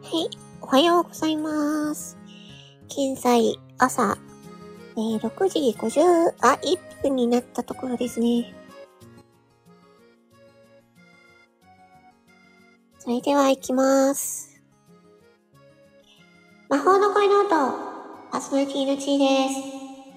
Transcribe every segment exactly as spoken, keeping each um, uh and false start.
はい、おはようございます。現在、朝、えー、ろくじごじゅう、あ、いっぷんになったところですね。それでは行きます。魔法の声の音、パーソナリティのちーです。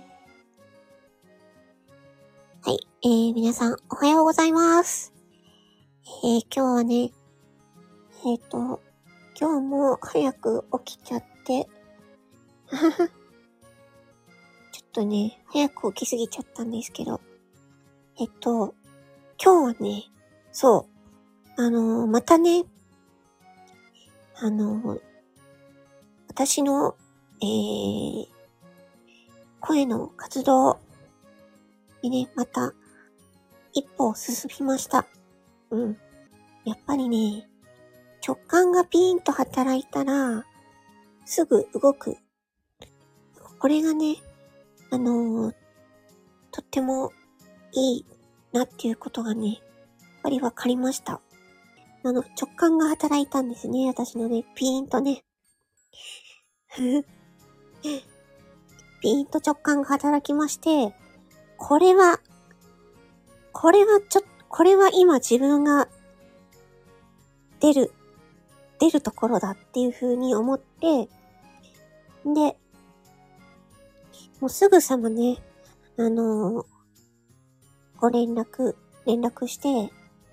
はい、えー、皆さん、おはようございます。えー、今日はね、えっと、今日も早く起きちゃって、ちょっとね、早く起きすぎちゃったんですけど、えっと、今日はね、そう、あのー、またね、あのー、私の、えー、声の活動にね、また一歩進みました。うん。やっぱりね、直感がピーンと働いたら、すぐ動く。これがね、あのー、とってもいいなっていうことがね、やっぱりわかりました。あの、直感が働いたんですね。私のね、ピーンとね。ピーンと直感が働きまして、これは、これはちょっと、これは今自分が出る、出るところだっていう風に思って、で、もうすぐさまね、あのー、ご連絡、連絡して、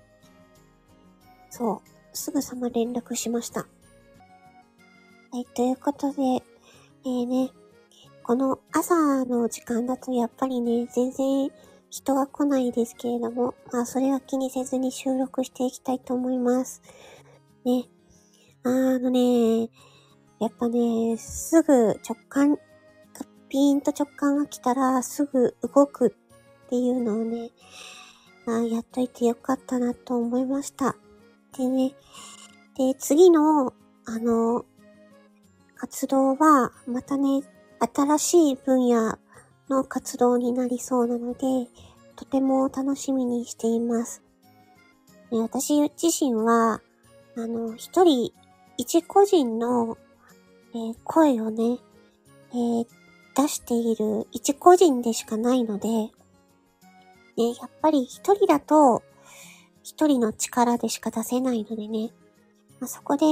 そう、すぐさま連絡しました。はい、ということで、えーね、この朝の時間だとやっぱりね、全然人が来ないですけれども、まあそれは気にせずに収録していきたいと思います。ね。あのね、やっぱね、すぐ直感、ピーンと直感が来たらすぐ動くっていうのをね、あやっといてよかったなと思いました。でね、で、次の、あの、活動は、またね、新しい分野の活動になりそうなので、とても楽しみにしています。ね、私自身は、あの、一人、一個人の、えー声をね、えー出している一個人でしかないので、ね、やっぱり一人だと、一人の力でしか出せないのでね、まあ、そこで、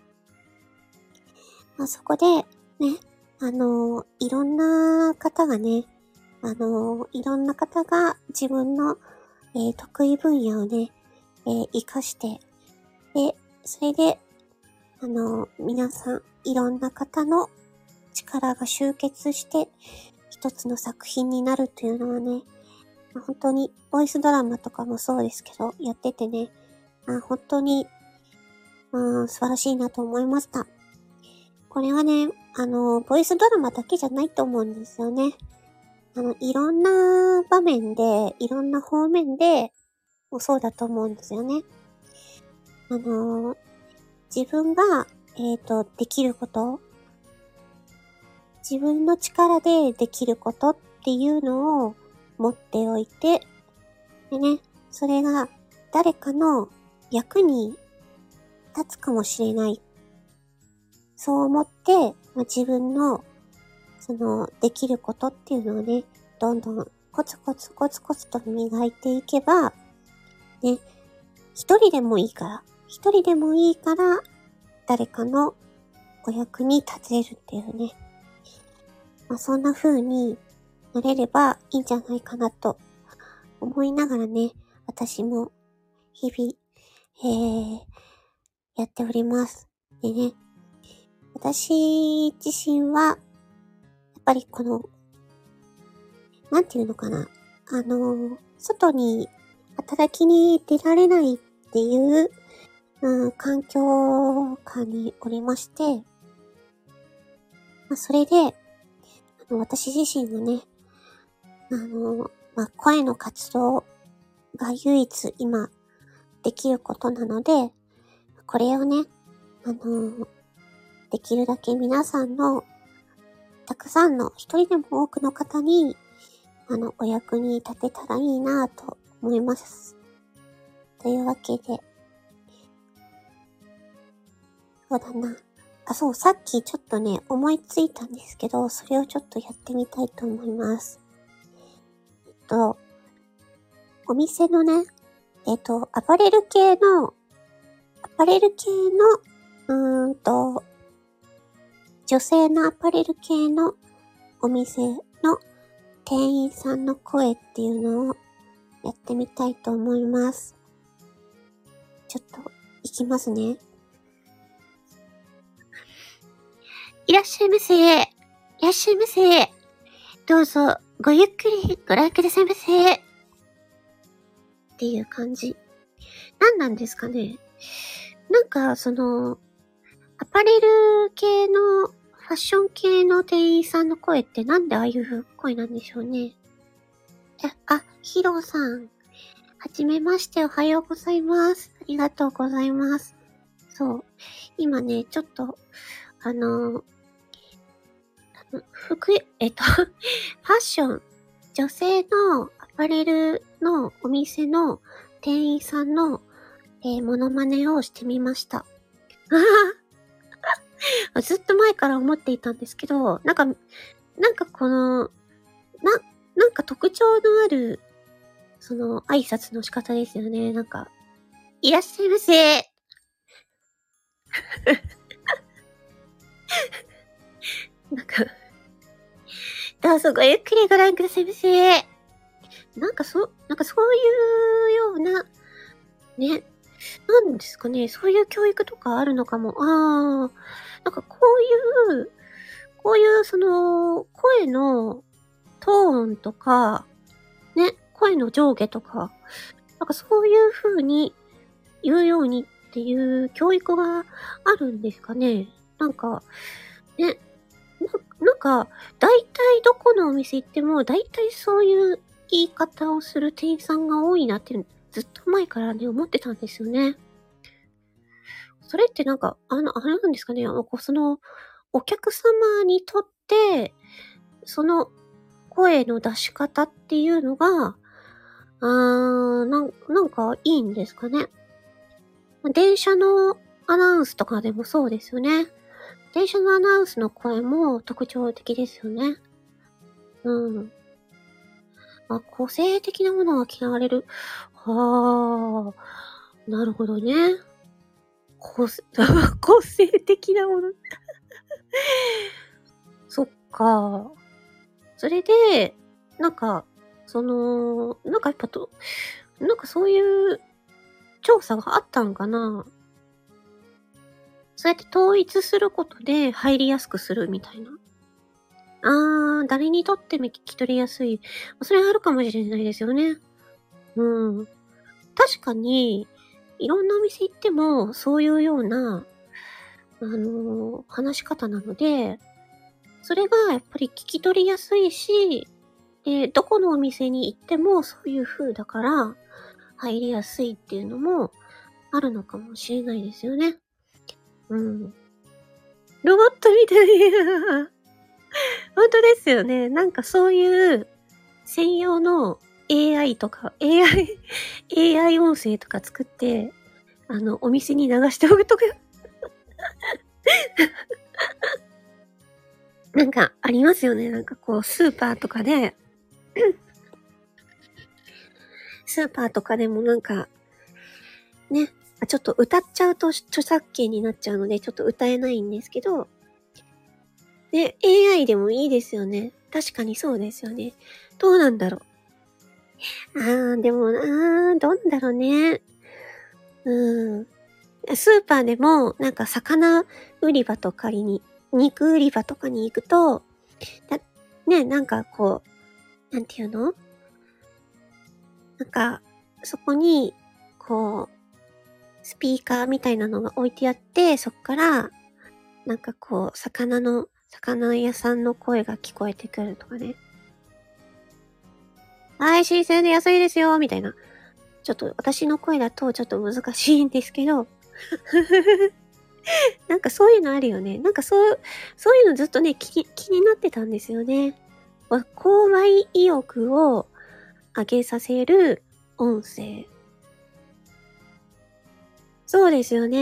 まあ、そこで、ね、あのー、いろんな方がね、あのー、いろんな方が自分の、えー得意分野をね、えー活かして、で、それで、あのー、皆さん、いろんな方の力が集結して、一つの作品になるというのはね、まあ本当に、ボイスドラマとかもそうですけど、やっててね、あ本当に、うん、素晴らしいなと思いました。これはね、あの、ボイスドラマだけじゃないと思うんですよね。あの、いろんな場面で、いろんな方面で、もそうだと思うんですよね。あの、自分が、えっと、できること、自分の力でできることっていうのを持っておいて、でね、それが誰かの役に立つかもしれない。そう思って、まあ、自分の、その、できることっていうのをね、どんどんコツコツコツコツと磨いていけば、ね、一人でもいいから、一人でもいいから、誰かのお役に立てるっていうね。まあ、そんな風になれればいいんじゃないかなと思いながらね、私も日々、えー、やっております。でね、私自身は、やっぱりこの、なんていうのかな、あの、外に働きに出られないっていう、うん、環境下におりまして、まあ、それで、あの、私自身がね、あの、まあ、声の活動が唯一今できることなので、これをね、あの、できるだけ皆さんの、たくさんの一人でも多くの方に、あの、お役に立てたらいいなぁと思います。というわけで、そうだな。 あ、そう、さっきちょっとね、思いついたんですけど、それをちょっとやってみたいと思います。えっと、お店のね、えっと、アパレル系の、アパレル系の、うーんと、女性のアパレル系のお店の店員さんの声っていうのをやってみたいと思います。ちょっと、いきますね。いらっしゃいませ。いらっしゃいませ。どうぞ、ごゆっくりご覧くださいませ。っていう感じ。何なんですかね。なんか、その、アパレル系の、ファッション系の店員さんの声ってなんでああいう声なんでしょうね。え、あ、ヒロさん。はじめまして、おはようございます。ありがとうございます。そう。今ね、ちょっと、あの、服、えっと、ファッション、女性のアパレルのお店の店員さんの、えー、モノマネをしてみました。ずっと前から思っていたんですけど、なんか、なんかこの、な、なんか特徴のある、その挨拶の仕方ですよね。なんか、いらっしゃいませ。なんか、どうぞごゆっくりご覧くださいませ。なんかそ、なんかそういうような、ね、なんですかね、そういう教育とかあるのかも。ああ、なんかこういう、こういうその、声のトーンとか、ね、声の上下とか、なんかそういう風に言うようにっていう教育があるんですかね。なんか、ね、な、なんか、大体どこのお店行っても、大体そういう言い方をする店員さんが多いなって、ずっと前からね、思ってたんですよね。それってなんか、あの、あれなんですかね、あの、こうその、お客様にとって、その声の出し方っていうのが、あー、なん、なんかいいんですかね。電車のアナウンスとかでもそうですよね。電車のアナウンスの声も特徴的ですよね。うん。まあ、個性的なものが嫌われる。はあ、なるほどね。個性、個性的なもの。そっか。それで、なんか、その、なんかやっぱと、なんかそういう調査があったんかな。そうやって統一することで入りやすくするみたいな。あー、誰にとっても聞き取りやすい。それあるかもしれないですよね。うん。確かに、いろんなお店行っても、そういうような、あのー話し方なので、それがやっぱり聞き取りやすいし、で、どこのお店に行ってもそういう風だから、入りやすいっていうのもあるのかもしれないですよね。うん。ロボットみたいな。本当ですよね。なんかそういう専用の エーアイ とか、エーアイ、エーアイ 音声とか作って、あの、お店に流しておくとか、なんかありますよね。なんかこう、スーパーとかで、スーパーとかでもなんか、ね、ちょっと歌っちゃうと著作権になっちゃうので、ちょっと歌えないんですけど、ね、エーアイ でもいいですよね。確かにそうですよね。どうなんだろう。あー、でもなー、どうなんだろうね。うん。スーパーでも、なんか魚売り場とかに、肉売り場とかに行くと、だね、なんかこう、なんていうのなんか、そこに、こう、スピーカーみたいなのが置いてあって、そっから、なんかこう、魚の、魚屋さんの声が聞こえてくるとかね。はい、新鮮で安いですよ、みたいな。ちょっと私の声だとちょっと難しいんですけど、なんかそういうのあるよね。なんかそう、そういうのずっとね、気気になってたんですよね。購買意欲を上げさせる音声。そうですよね。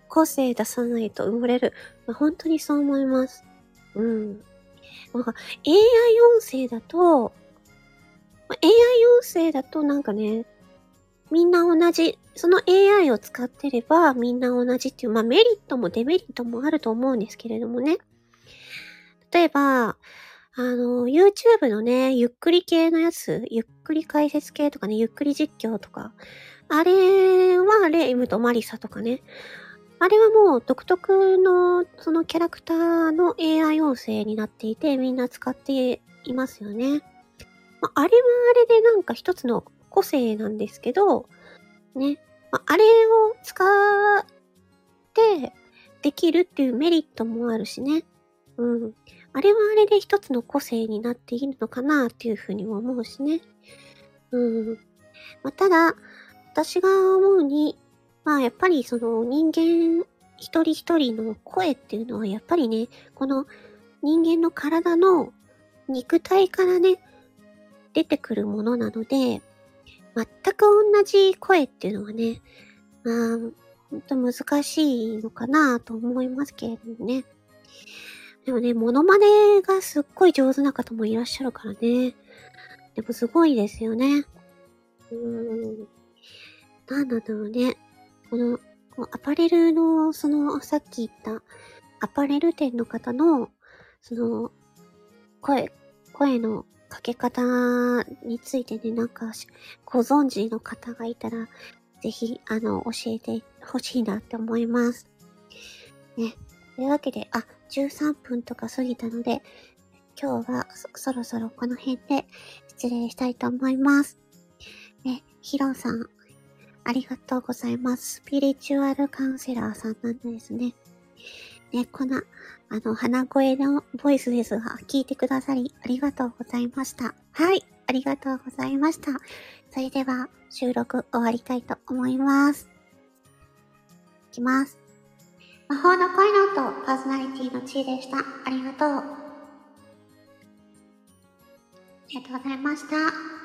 個性出さないと埋もれる。まあ、本当にそう思います。うん。なんか エーアイ 音声だと、まあ、エーアイ 音声だとなんかね、みんな同じ、その エーアイ を使ってればみんな同じっていう、まあメリットもデメリットもあると思うんですけれどもね。例えば、あの、YouTube のね、ゆっくり系のやつ、ゆっくり解説系とかね、ゆっくり実況とか、あれはレイムとマリサとかね、あれはもう独特のそのキャラクターの エーアイ 音声になっていてみんな使っていますよね。まあ、あれはあれでなんか一つの個性なんですけど、ね、まあ、あれを使ってできるっていうメリットもあるしね。うん。あれはあれで一つの個性になっているのかなっていうふうにも思うしね。うん。まあ、ただ、私が思うに、まあやっぱりその人間一人一人の声っていうのはやっぱりね、この人間の体の肉体からね、出てくるものなので、全く同じ声っていうのはね、まあ、ほんと難しいのかなと思いますけれどもね。でもね、モノマネがすっごい上手な方もいらっしゃるからね。でもすごいですよね。うーん。なんなんだろうね。この、こうアパレルの、その、さっき言った、アパレル店の方の、その、声、声のかけ方についてね、なんか、ご存知の方がいたら、ぜひ、あの、教えてほしいなって思います。ね。というわけで、あ、じゅうさんぷんとか過ぎたので、今日はそ、そろそろこの辺で失礼したいと思います。ね、ヒロさん、ありがとうございます。スピリチュアルカウンセラーさんなんですね。ね、こんな、あの、鼻声のボイスですが、聞いてくださりありがとうございました。はい、ありがとうございました。それでは、収録終わりたいと思います。いきます。魔法の恋の音、パーソナリティのちーでした。ありがとう。ありがとうございました。